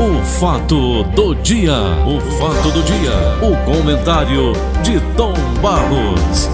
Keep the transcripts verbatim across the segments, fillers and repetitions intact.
O fato do dia, o fato do dia, o comentário de Tom Barros.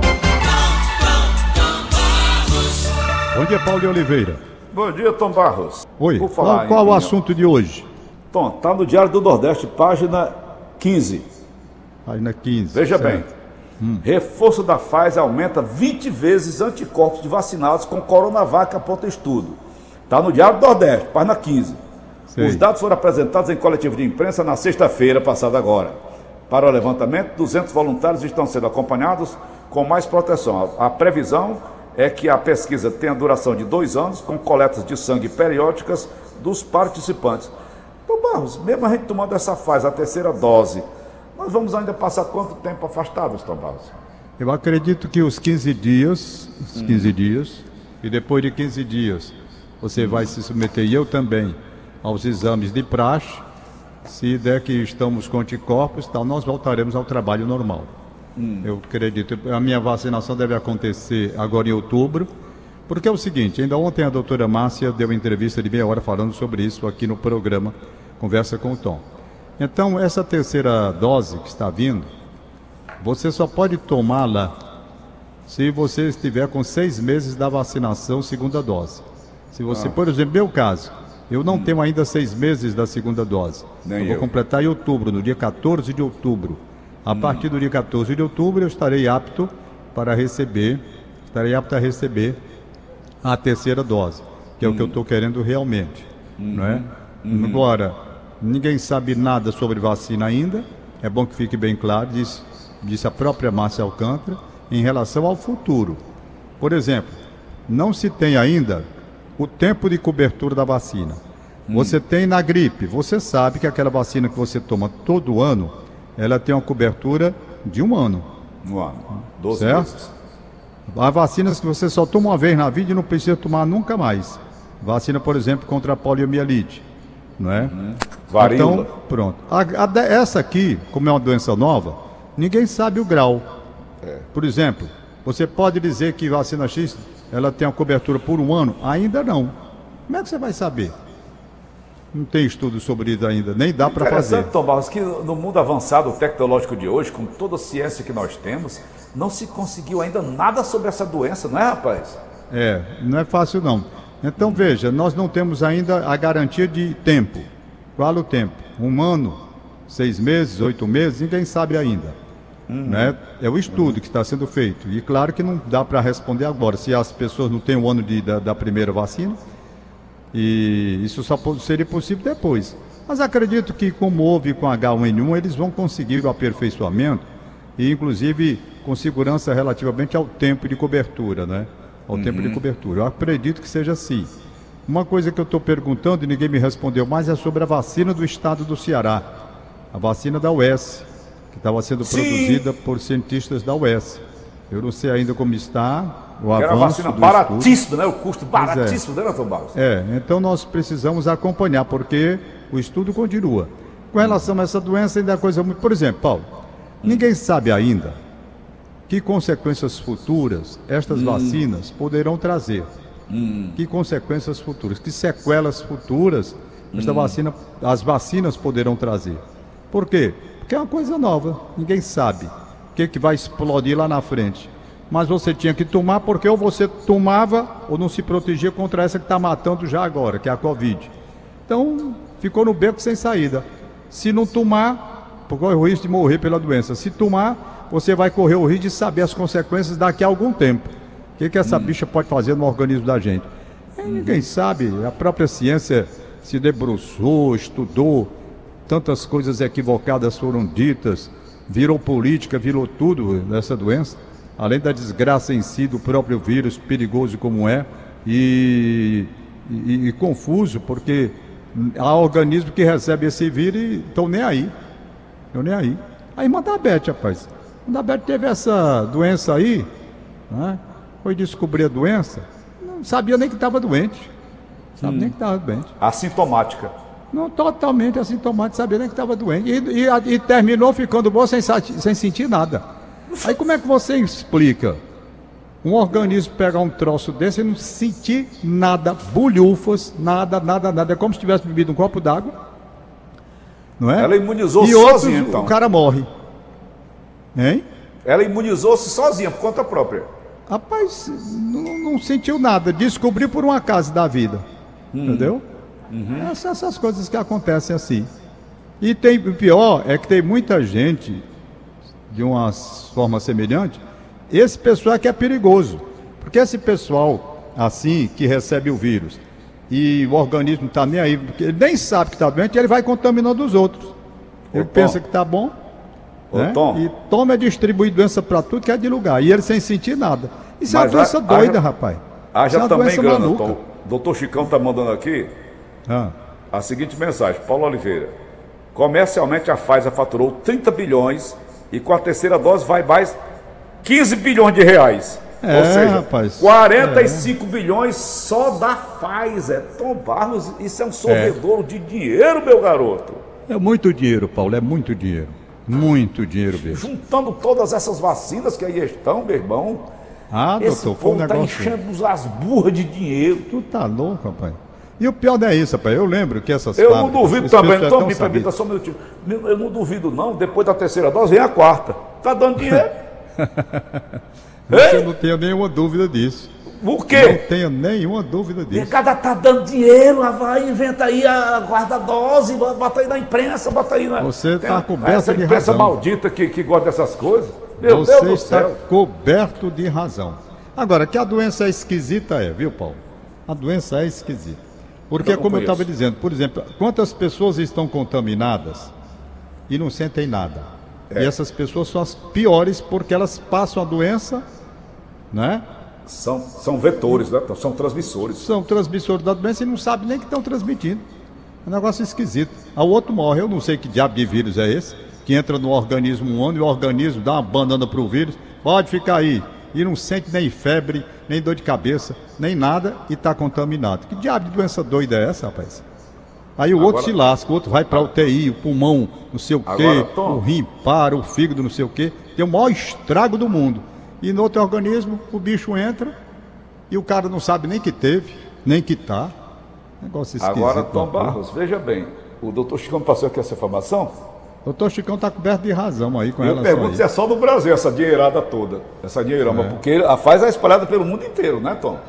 Bom dia, Paulo de Oliveira. Bom dia, Tom Barros. Oi, Por falar qual, qual em... o assunto de hoje? Tom, tá no Diário do Nordeste, página quinze. Página quinze. Veja certo. bem. Hum. Reforço da Pfizer aumenta vinte vezes anticorpos de vacinados com Coronavac, aponta estudo. Está no Diário do Nordeste, página quinze. Sei. Os dados foram apresentados em coletivo de imprensa na sexta-feira passada agora. Para o levantamento, duzentos voluntários estão sendo acompanhados com mais proteção. A previsão é que a pesquisa tenha duração de dois anos, com coletas de sangue periódicas dos participantes. Então, Barros, mesmo a gente tomando essa fase, a terceira dose, nós vamos ainda passar quanto tempo afastados, Tom Barros? Eu acredito que os quinze dias, os quinze hum. dias, e depois de quinze dias, você hum. vai se submeter, e eu também, aos exames de praxe. Se der que estamos com anticorpos, tal, nós voltaremos ao trabalho normal. Hum. Eu acredito, a minha vacinação deve acontecer agora em outubro, porque é o seguinte, ainda ontem a doutora Márcia deu uma entrevista de meia hora falando sobre isso aqui no programa Conversa com o Tom. Então, essa terceira dose que está vindo, você só pode tomá-la se você estiver com seis meses da vacinação segunda dose. Se você, ah. por exemplo, meu caso, eu não hum. tenho ainda seis meses da segunda dose. Nem eu vou eu. completar em outubro, no dia quatorze de outubro. A hum. partir do dia quatorze de outubro eu estarei apto para receber, estarei apto a receber a terceira dose, que é hum. o que eu estou querendo realmente, hum. não é? Hum. Agora, ninguém sabe nada sobre vacina ainda, é bom que fique bem claro, disse, disse a própria Márcia Alcântara, em relação ao futuro. Por exemplo, não se tem ainda o tempo de cobertura da vacina. Hum. Você tem na gripe, você sabe que aquela vacina que você toma todo ano, ela tem uma cobertura de um ano. Um ano, doze certo? meses. Há vacinas que você só toma uma vez na vida e não precisa tomar nunca mais. Vacina, por exemplo, contra a poliomielite, não é? Hum. Varíola. Então, pronto. A, a, essa aqui, como é uma doença nova, ninguém sabe o grau. É. Por exemplo, você pode dizer que vacina X, ela tem uma cobertura por um ano? Ainda não. Como é que você vai saber? Não tem estudo sobre isso ainda, nem dá para fazer. Interessante, Tom Barros, que no mundo avançado tecnológico de hoje, com toda a ciência que nós temos, não se conseguiu ainda nada sobre essa doença, não é, rapaz? É, não é fácil não. Então, veja, nós não temos ainda a garantia de tempo. Qual o tempo? Um ano, seis meses, oito meses, ninguém sabe ainda. Uhum. Né? É o estudo uhum. que está sendo feito. E claro que não dá para responder agora, se as pessoas não têm o ano de, da, da primeira vacina. E isso só seria possível depois. Mas acredito que, como houve com H um N um, eles vão conseguir o aperfeiçoamento e, inclusive, com segurança relativamente ao tempo de cobertura, né? Ao uhum. tempo de cobertura. Eu acredito que seja assim. Uma coisa que eu estou perguntando e ninguém me respondeu mais é sobre a vacina do estado do Ceará. A vacina da U E S, que estava sendo Sim. produzida por cientistas da U E S. Eu não sei ainda como está o avanço. Era uma vacina baratíssima, né? O custo baratíssimo, é. né, Tom Barros? É, então nós precisamos acompanhar, porque o estudo continua. Com relação a essa doença, ainda é coisa muito... Por exemplo, Paulo, ninguém sabe ainda que consequências futuras estas hum. vacinas poderão trazer. Hum. Que consequências futuras, que sequelas futuras esta hum. vacina, as vacinas poderão trazer. Por quê? Porque é uma coisa nova, ninguém sabe o que, que vai explodir lá na frente. Mas você tinha que tomar, porque ou você tomava ou não se protegia contra essa que está matando já agora, que é a Covid. Então, ficou no beco sem saída. Se não tomar, corre o risco de morrer pela doença. Se tomar, você vai correr o risco de saber as consequências daqui a algum tempo. O que, que essa hum. bicha pode fazer no organismo da gente? É, ninguém sabe, a própria ciência se debruçou, estudou, tantas coisas equivocadas foram ditas, virou política, virou tudo nessa doença, além da desgraça em si do próprio vírus, perigoso como é, e, e, e confuso, porque há organismos que recebem esse vírus e estão nem aí, estão nem aí. A irmã da Beth, rapaz, quando a Beth teve essa doença aí, né, foi descobrir a doença, não sabia nem que estava doente, sabe hum. nem que estava doente. Assintomática. Não, totalmente assintomática, sabia nem que estava doente, e, e, e terminou ficando boa sem, sem sentir nada. Aí como é que você explica um organismo pegar um troço desse e não sentir nada, bulhufas, nada, nada, nada, é como se tivesse bebido um copo d'água, não é? Ela imunizou-se e outros, sozinha, então. O cara morre. Hein? Ela imunizou-se sozinha, por conta própria. Rapaz, não, não sentiu nada, descobriu por um acaso da vida. Hum. Entendeu? Uhum. Essas, essas coisas que acontecem assim. E tem, o pior é que tem muita gente, de uma forma semelhante, esse pessoal é que é perigoso. Porque esse pessoal, assim, que recebe o vírus, e o organismo não está nem aí, porque ele nem sabe que está doente, ele vai contaminando os outros. Ele Ô, pensa que está bom, Ô, né? Tom. E toma e distribui doença para tudo que é de lugar. E ele sem sentir nada. Isso é uma Mas doença a- doida, haja- rapaz. Haja Isso é uma também doença grana, maluca. Tom. Doutor Chicão está mandando aqui Ah. a seguinte mensagem. Paulo Oliveira. Comercialmente a Pfizer faturou trinta bilhões e com a terceira dose vai mais quinze bilhões de reais. É, Ou seja, rapaz, quarenta e cinco bilhões só da Pfizer. Tom Barros, isso é um sorvedouro de dinheiro, meu garoto. É muito dinheiro, Paulo, é muito dinheiro. Muito dinheiro mesmo. Juntando todas essas vacinas que aí estão, meu irmão, Ah, esse doutor, foi um povo está negócio. enchendo as burras de dinheiro. Tu tá louco, rapaz. E o pior não é isso, rapaz. Eu lembro que essas Eu não fábricas, duvido esse também, pessoal é Tom, tão me sabido. permita só um minutinho. Eu não duvido não, depois da terceira dose vem a quarta. Tá dando dinheiro? Você Hein? não tenha nenhuma dúvida disso. Por Não quê? tenha nenhuma dúvida O disso. mercado tá dando dinheiro, vai, inventa aí a guarda-dose, bota aí na imprensa, bota aí na... Você tá Tem coberto essa de imprensa razão. maldita que, que gosta dessas coisas. Meu Você Deus do está céu. coberto de razão. Agora, que a doença é esquisita é, viu, Paulo? A doença é esquisita. Porque, Eu não como eu conheço. estava dizendo, por exemplo, quantas pessoas estão contaminadas e não sentem nada? É. E essas pessoas são as piores porque elas passam a doença, né? São, são vetores, né? São transmissores. São transmissores da doença e não sabem nem que estão transmitindo. É um negócio esquisito. Aí o outro morre. Eu não sei que diabo de vírus é esse, que entra no organismo um ano e o organismo dá uma banana pro vírus. Pode ficar aí. E não sente nem febre, nem dor de cabeça, nem nada e está contaminado. Que diabo de doença doida é essa, rapaz? Aí o Agora- outro se lasca, o outro vai para U T I, o pulmão, não sei o quê, Agora, Tom. o rim para, o fígado, não sei o quê. Tem o maior estrago do mundo. E no outro organismo, o bicho entra e o cara não sabe nem que teve, nem que tá. Negócio esquisito. Agora, Tom né? Barros, veja bem, o doutor Chicão passou aqui essa informação. Doutor Chicão está coberto de razão aí com Eu relação pergunto a se é isso. só no Brasil essa dinheirada toda, essa dinheirama, É. porque a Pfizer é espalhada pelo mundo inteiro, né, Tom?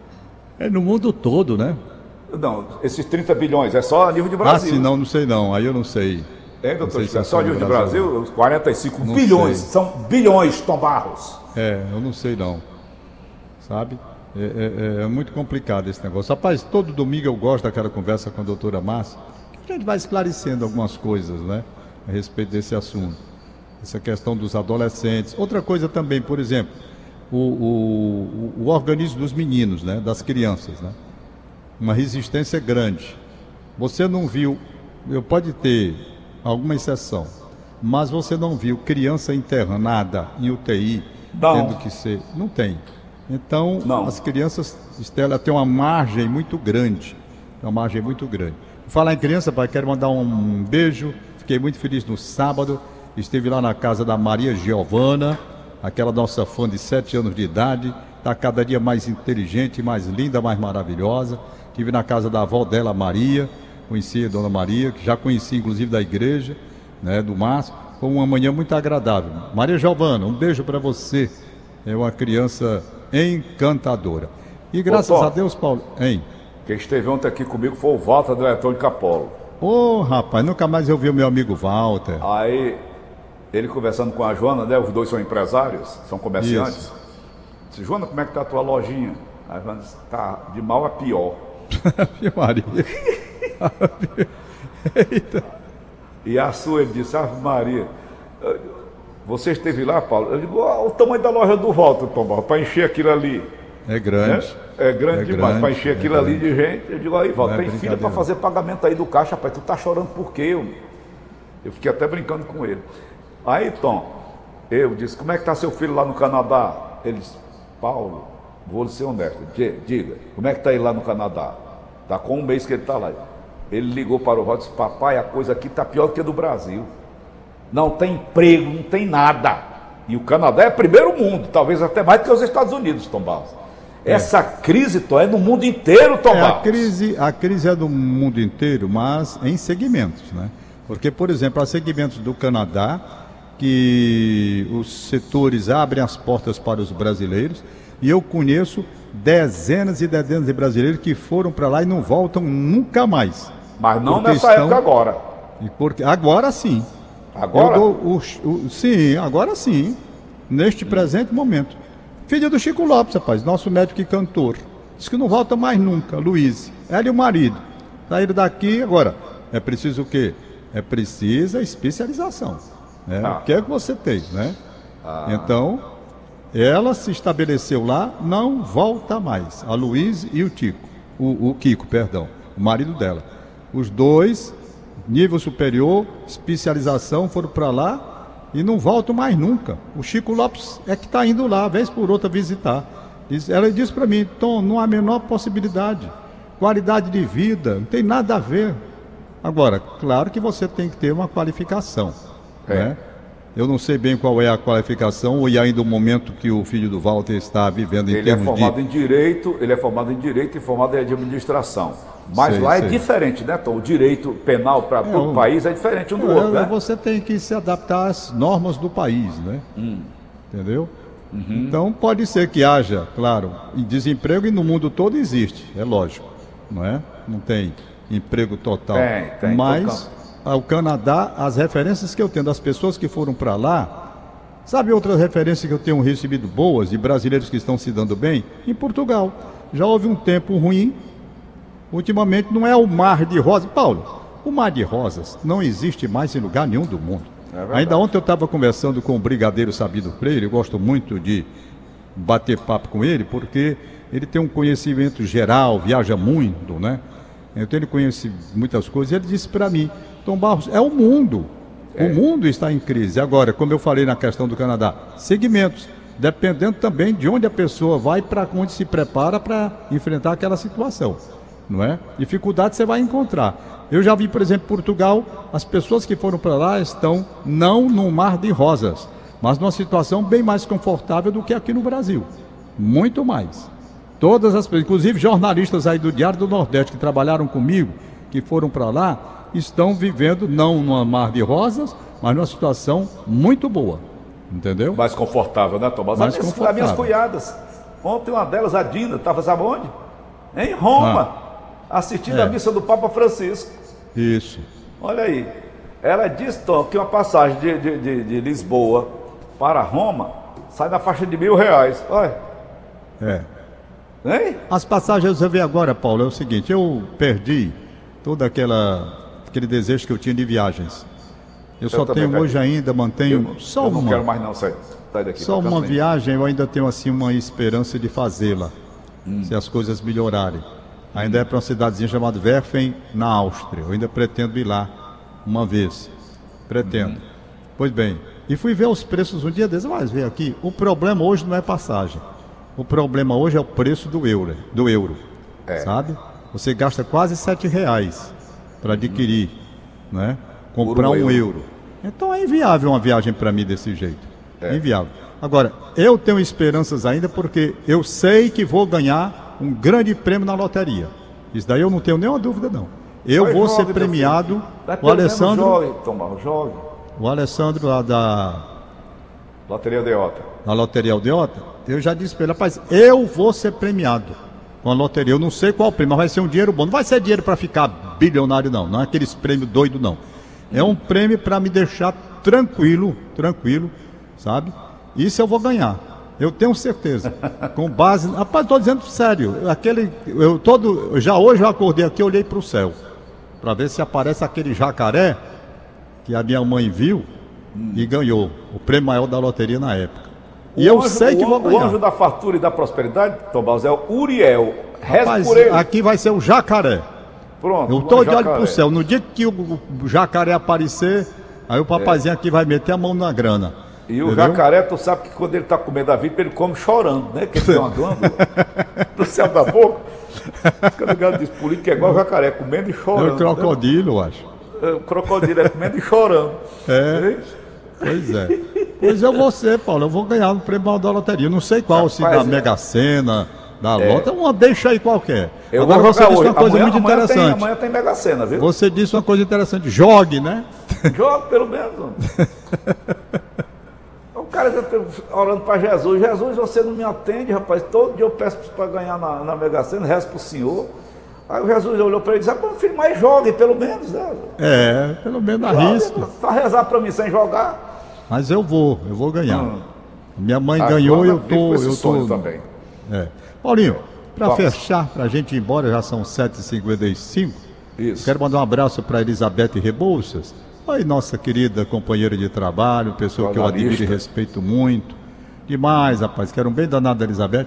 É no mundo todo, né? Não, esses trinta bilhões é só a nível de Ah, Brasil. sim, não, não sei não. Aí eu não sei. É, Não doutor sei Chicão, se é é só a nível de no Brasil, os quarenta e cinco Não bilhões, sei. são bilhões, Tom Barros. É, eu não sei não. Sabe? É, é- é muito complicado esse negócio. Rapaz, todo domingo eu gosto daquela conversa com a doutora Márcia, que a gente vai esclarecendo algumas coisas, né? A respeito desse assunto. Essa questão dos adolescentes. Outra coisa também, por exemplo, o, o, o, o organismo dos meninos, né? Das crianças, né? Uma resistência grande. Você não viu, eu pode ter alguma exceção, mas você não viu criança internada em U T I Não. tendo que ser. Não tem. Então, Não. as crianças, Estela, têm uma margem muito grande. Uma margem muito grande. Vou falar em criança, pai, quero mandar um beijo. Fiquei muito feliz no sábado. Estive lá na casa da Maria Giovana, aquela nossa fã de sete anos de idade. Está cada dia mais inteligente, mais linda, mais maravilhosa. Estive na casa da avó dela, Maria. Conheci a dona Maria, que já conheci inclusive da igreja, né, do Márcio. Foi uma manhã muito agradável. Maria Giovana, um beijo para você. É uma criança encantadora. E graças Ô, Tom. a Deus, Paulo. Hein? Quem esteve ontem aqui comigo foi o Walter da Eletrônica Apolo. Ô, rapaz, nunca mais eu vi o meu amigo Walter. Aí, ele conversando com a Joana, né? Os dois são empresários, são comerciantes. Isso. Disse, Joana, como é que tá a tua lojinha? Aí a Joana disse, tá de mal a pior. Ave Maria. Eita. E a sua, ele disse, Ave Maria, você esteve lá, Paulo? Eu digo, ah, o tamanho da loja do Walter, Tom Barros, para encher aquilo ali. É Né? grande. É grande É demais, grande, para encher é aquilo ali grande. de gente. Eu digo, aí, Walter, Não é tem filha brincadeira. para fazer pagamento aí do caixa, rapaz, tu tá chorando por quê? Eu, eu fiquei até brincando com ele. Aí, Tom, eu disse, como é que tá seu filho lá no Canadá? Ele disse, Paulo, vou lhe ser honesto, di- diga, como é que tá ele lá no Canadá? Tá com um mês que ele tá lá. Ele ligou para o Walter e disse, papai, a coisa aqui tá pior do que a do Brasil. Não tem emprego, não tem nada. E o Canadá é primeiro mundo, talvez até mais do que os Estados Unidos, Tom Barros. Essa crise, Tom, é no mundo inteiro, Tom É, a Barros. crise, a crise é do mundo inteiro, mas em segmentos, né? Porque, por exemplo, há segmentos do Canadá que os setores abrem as portas para os brasileiros, e eu conheço dezenas e dezenas de brasileiros que foram para lá e não voltam nunca mais. Mas não nessa estão... época agora. E porque... Agora sim. Agora? Eu dou o... O... Sim, agora sim. Neste hum. presente momento. Filha do Chico Lopes, rapaz, nosso médico e cantor. Diz que não volta mais nunca, Luiz. Ela e o marido. Saíram daqui, agora, é preciso o quê? É precisa especialização. Né? Ah. O que é que você tem, né? Ah. Então, ela se estabeleceu lá, não volta mais. A Luiz e o Tico. O, o Kiko, perdão. O marido dela. Os dois, nível superior, especialização, foram para lá e não voltam mais nunca. O Chico Lopes é que está indo lá, vez por outra, visitar. Ela disse para mim, Tom, não há a menor possibilidade. Qualidade de vida, não tem nada a ver. Agora, claro que você tem que ter uma qualificação. É. Né? Eu não sei bem qual é a qualificação ou ainda o momento que o filho do Walter está vivendo em ele termos de... Ele é formado em Direito, ele é formado em Direito e formado em Administração. Mas sei, lá sei. É diferente, né, Tom? O direito penal para é, todo o país é diferente um do é, outro, né? Você tem que se adaptar às normas do país, né? Hum. Entendeu? Uhum. Então pode ser que haja, claro, desemprego e no mundo todo existe, é lógico, não é? Não tem emprego total. Tem, tem. Mas ao Canadá, as referências que eu tenho das pessoas que foram para lá, sabe outras referências que eu tenho recebido boas de brasileiros que estão se dando bem? Em Portugal. Já houve um tempo ruim, ultimamente não é o mar de rosas. Paulo, o mar de rosas não existe mais em lugar nenhum do mundo. É Ainda ontem eu estava conversando com o Brigadeiro Sabido Freire, eu gosto muito de bater papo com ele, porque ele tem um conhecimento geral, viaja muito, né? Então ele conhece muitas coisas, ele disse para mim, Tom Barros, é o mundo, é. O mundo está em crise. Agora, como eu falei na questão do Canadá, segmentos, dependendo também de onde a pessoa vai, para onde se prepara para enfrentar aquela situação, não é? Dificuldade você vai encontrar. Eu já vi, por exemplo, Portugal, as pessoas que foram para lá estão não no mar de rosas, mas numa situação bem mais confortável do que aqui no Brasil, muito mais. Todas as pessoas, inclusive jornalistas aí do Diário do Nordeste que trabalharam comigo, que foram para lá, estão vivendo não numa mar de rosas, mas numa situação muito boa, entendeu? Mais confortável, né, Tomás? Mais as, confortável. As minhas cunhadas, ontem uma delas, a Dina, estava sabe onde? Em Roma, ah. assistindo é. a missa do Papa Francisco. Isso. Olha aí, ela disse, Tom, que uma passagem de, de, de, de Lisboa para Roma sai na faixa de mil reais, olha. É. Hein? As passagens eu vi agora, Paulo, é o seguinte, eu perdi todo aquela, aquele desejo que eu tinha de viagens. Eu, eu só tenho perdi. Hoje ainda, mantenho eu, só eu uma. não quero mais não, sai, sai daqui. Só uma viagem, eu ainda tenho assim uma esperança de fazê-la, hum. se as coisas melhorarem. Ainda hum. é para uma cidadezinha chamada Werfen, na Áustria. Eu ainda pretendo ir lá uma vez. Pretendo. Hum. Pois bem, e fui ver os preços um dia desses, mas ver aqui, o problema hoje não é passagem. O problema hoje é o preço do euro, do euro, é. Sabe? Você gasta quase sete reais para adquirir, hum. né? Comprar um euro. euro. Então é inviável uma viagem para mim desse jeito. É. Inviável. Agora, eu tenho esperanças ainda porque eu sei que vou ganhar um grande prêmio na loteria. Isso daí eu não tenho nenhuma dúvida, não. Eu Vai, vou jogue, ser premiado. O Alessandro. Jogue, Tomás, jogue. O Alessandro lá da Loteria Aldeota. Na Loteria Aldeota, eu já disse para ele, rapaz, eu vou ser premiado com a loteria. Eu não sei qual prêmio, mas vai ser um dinheiro bom. Não vai ser dinheiro para ficar bilionário, não. Não é aqueles prêmios doidos, não. É um prêmio para me deixar tranquilo, tranquilo, sabe? Isso eu vou ganhar. Eu tenho certeza. Com base... Rapaz, estou dizendo sério. Aquele... Eu todo... Já hoje eu acordei aqui, eu olhei para o céu. Para ver se aparece aquele jacaré que a minha mãe viu hum. e ganhou o prêmio maior da loteria na época. E o eu anjo, sei que o, vou ganhar. O anjo da fartura e da prosperidade, Tomás, é o Uriel. Rapaz, por ele. Aqui vai ser o jacaré. Pronto. Eu estou de olho para o céu. No dia que o jacaré aparecer, aí o papazinho é. aqui vai meter a mão na grana. E o Entendeu? jacaré, tu sabe que quando ele está comendo a víbora, ele come chorando, né? Que ele tem uma glândula do céu da boca. Quando o gado diz político é igual o jacaré, comendo e chorando. É o crocodilo, eu acho. É, o crocodilo é comendo e chorando. É. é. Pois é. Pois eu vou ser, Paulo, eu vou ganhar no prêmio da loteria. Não sei qual, Rapaz, se da Mega Sena, da É. lota, uma deixa aí qualquer. Eu Agora vou você jogar disse hoje. uma coisa Amanhã- muito amanhã tem- interessante. Amanhã tem Mega Sena, viu? Você disse uma coisa interessante, jogue, né? Joga pelo menos. Homem. O cara tá orando para Jesus. Jesus, você não me atende, rapaz. Todo dia eu peço para ganhar na, na Mega Sena, rezo para o senhor. Aí o Jesus olhou para ele e disse: ah, filho, mas jogue pelo menos. Né? É, pelo menos arrisco. Só rezar para mim sem jogar. Mas eu vou, eu vou ganhar. Hum. Minha mãe Ah, ganhou e eu vive com tô. esse Eu sonho tô também. é. Paulinho, para Vamos. fechar, para a gente ir embora, já são sete e cinquenta e cinco. Isso. Quero mandar um abraço para Elizabeth Rebouças. Aí, nossa querida companheira de trabalho, pessoa que eu Jornalista. admiro e respeito muito. Demais, rapaz, quero um bem danado da Elizabeth.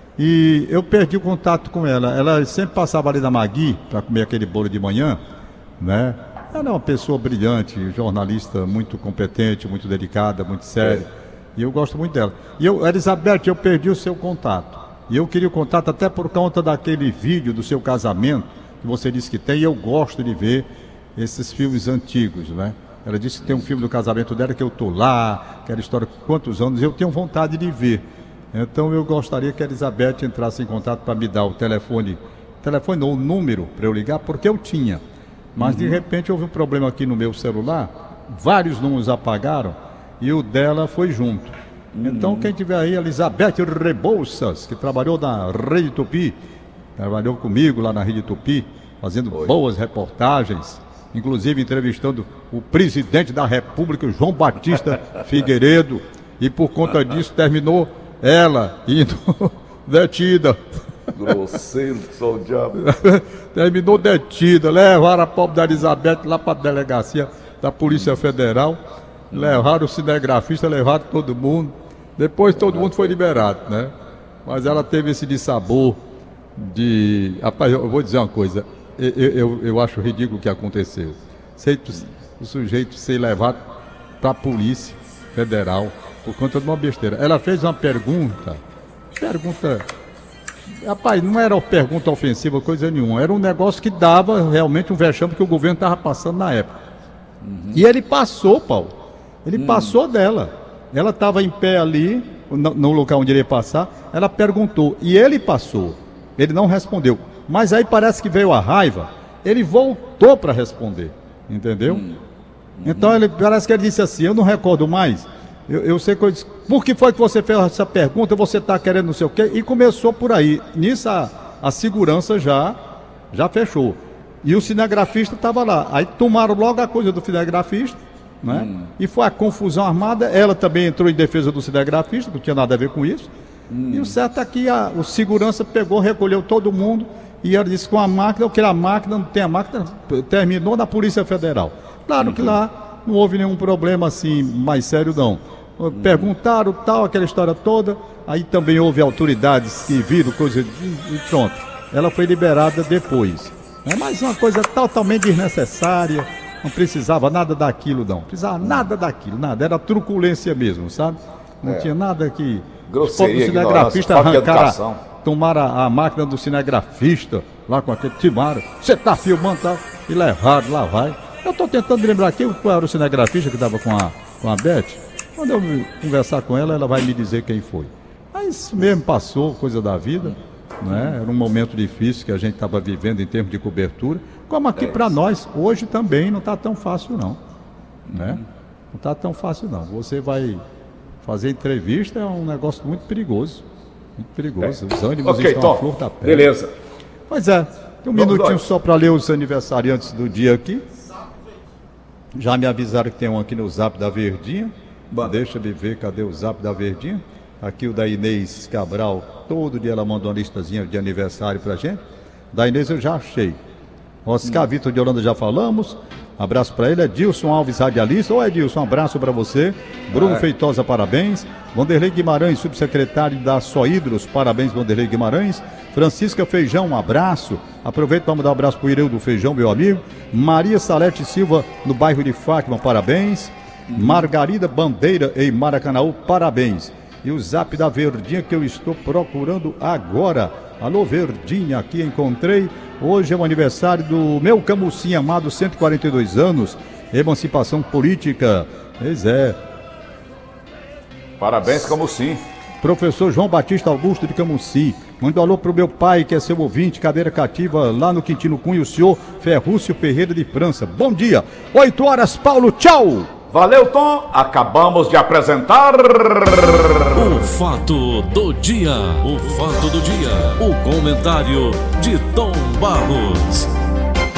E eu perdi o contato com ela. Ela sempre passava ali na Magui para comer aquele bolo de manhã, né? Ela é uma pessoa brilhante, jornalista muito competente, muito dedicada, muito séria. É. E eu gosto muito dela. E eu, Elizabeth, eu perdi o seu contato. E eu queria o contato até por conta daquele vídeo do seu casamento, que você disse que tem, e eu gosto de ver esses filmes antigos, né? Ela disse que tem um filme do casamento dela que eu tô lá, aquela história com quantos anos, eu tenho vontade de ver. Então eu gostaria que a Elizabeth entrasse em contato para me dar o telefone, telefone ou o número para eu ligar, porque eu tinha. Mas de repente houve um problema aqui no meu celular, vários números apagaram e o dela foi junto. Então quem tiver aí, Elizabeth Rebouças, que trabalhou na Rede Tupi, trabalhou comigo lá na Rede Tupi, fazendo Oi. boas reportagens, inclusive entrevistando o presidente da República, João Batista Figueiredo, e por conta disso terminou ela indo detida. Grosseiro, só o diabo. Terminou detida, levaram a pobre da Elizabeth lá para a delegacia da Polícia Federal, levaram o cinegrafista, levaram todo mundo, depois todo mundo foi liberado, né? Mas ela teve esse dissabor de... Rapaz, eu vou dizer uma coisa, eu, eu, eu acho ridículo o que aconteceu. O sujeito ser levado para a Polícia Federal por conta de uma besteira. Ela fez uma pergunta, pergunta... Rapaz, não era uma pergunta ofensiva, coisa nenhuma. Era um negócio que dava realmente um vexame que o governo estava passando na época. Uhum. E ele passou, Paulo. Ele uhum. passou dela. Ela estava em pé ali, no, no local onde ele ia passar. Ela perguntou e ele passou. Ele não respondeu. Mas aí parece que veio a raiva. Ele voltou para responder. Entendeu? Uhum. Então ele, parece que ele disse assim, eu não recordo mais. Eu, eu sei que eu disse, por que foi que você fez essa pergunta? Você está querendo não sei o quê? E começou por aí. Nisso a, a segurança já, já fechou. E o cinegrafista estava lá. Aí tomaram logo a coisa do cinegrafista, né? Hum. E foi a confusão armada. Ela também entrou em defesa do cinegrafista, não tinha nada a ver com isso. Hum. E o certo é que a, o segurança pegou, recolheu todo mundo. E ela disse com a máquina, eu quero a máquina, não tem a máquina, terminou na Polícia Federal. Claro uhum. que lá não houve nenhum problema assim mais sério, não. Perguntaram tal, aquela história toda, aí também houve autoridades que viram coisa e pronto, ela foi liberada depois. É mais uma coisa totalmente desnecessária, não precisava nada daquilo não, precisava nada daquilo, nada, era truculência mesmo, sabe? Não é. tinha nada que... Grosseria, o cinegrafista arrancaram, tomaram a, a máquina do cinegrafista, lá com aquele timaram, você tá filmando tal, e levaram, lá vai. Eu tô tentando lembrar aqui qual era o cinegrafista que estava com a, com a Beth. Quando eu conversar com ela, ela vai me dizer quem foi. Mas isso mesmo passou, coisa da vida, né? Era um momento difícil que a gente estava vivendo em termos de cobertura, como aqui para nós, hoje também não está tão fácil não, né? Não está tão fácil não. Você vai fazer entrevista, é um negócio muito perigoso, muito perigoso. Os ânimos okay, estão Tom, à flor da pele. Beleza. Pois é, tem um Vamos minutinho nós. só para ler os aniversariantes do dia aqui. Já me avisaram que tem um aqui no Zap da Verdinha. Bom. Deixa eu ver, cadê o Zap da Verdinha? Aqui o da Inês Cabral, todo dia ela manda uma listazinha de aniversário pra gente. Da Inês eu já achei. Oscar hum. Vitor de Holanda já falamos. Abraço para ele. Edilson Alves, radialista. Ô Edilson, um abraço para você. Bruno é. Feitosa, parabéns. Vanderlei Guimarães, subsecretário da Sohidros, parabéns, Vanderlei Guimarães. Francisca Feijão, um abraço. Aproveito para mandar um abraço para o Ireu do Feijão, meu amigo. Maria Salete Silva, no bairro de Fátima, parabéns. Margarida Bandeira em Maracanaú, parabéns. E o Zap da Verdinha que eu estou procurando agora. Alô Verdinha, aqui encontrei. Hoje é o aniversário do meu camucinho amado, cento e quarenta e dois anos, emancipação política. Pois é. Parabéns, camucinho. Professor João Batista Augusto de Camucí. Manda um alô pro meu pai, que é seu ouvinte, cadeira cativa lá no Quintino Cunha, o senhor Ferrúcio Ferreira de França. Bom dia. oito horas, Paulo. Tchau. Valeu, Tom. Acabamos de apresentar... O fato do dia. O fato do dia. O comentário de Tom Barros.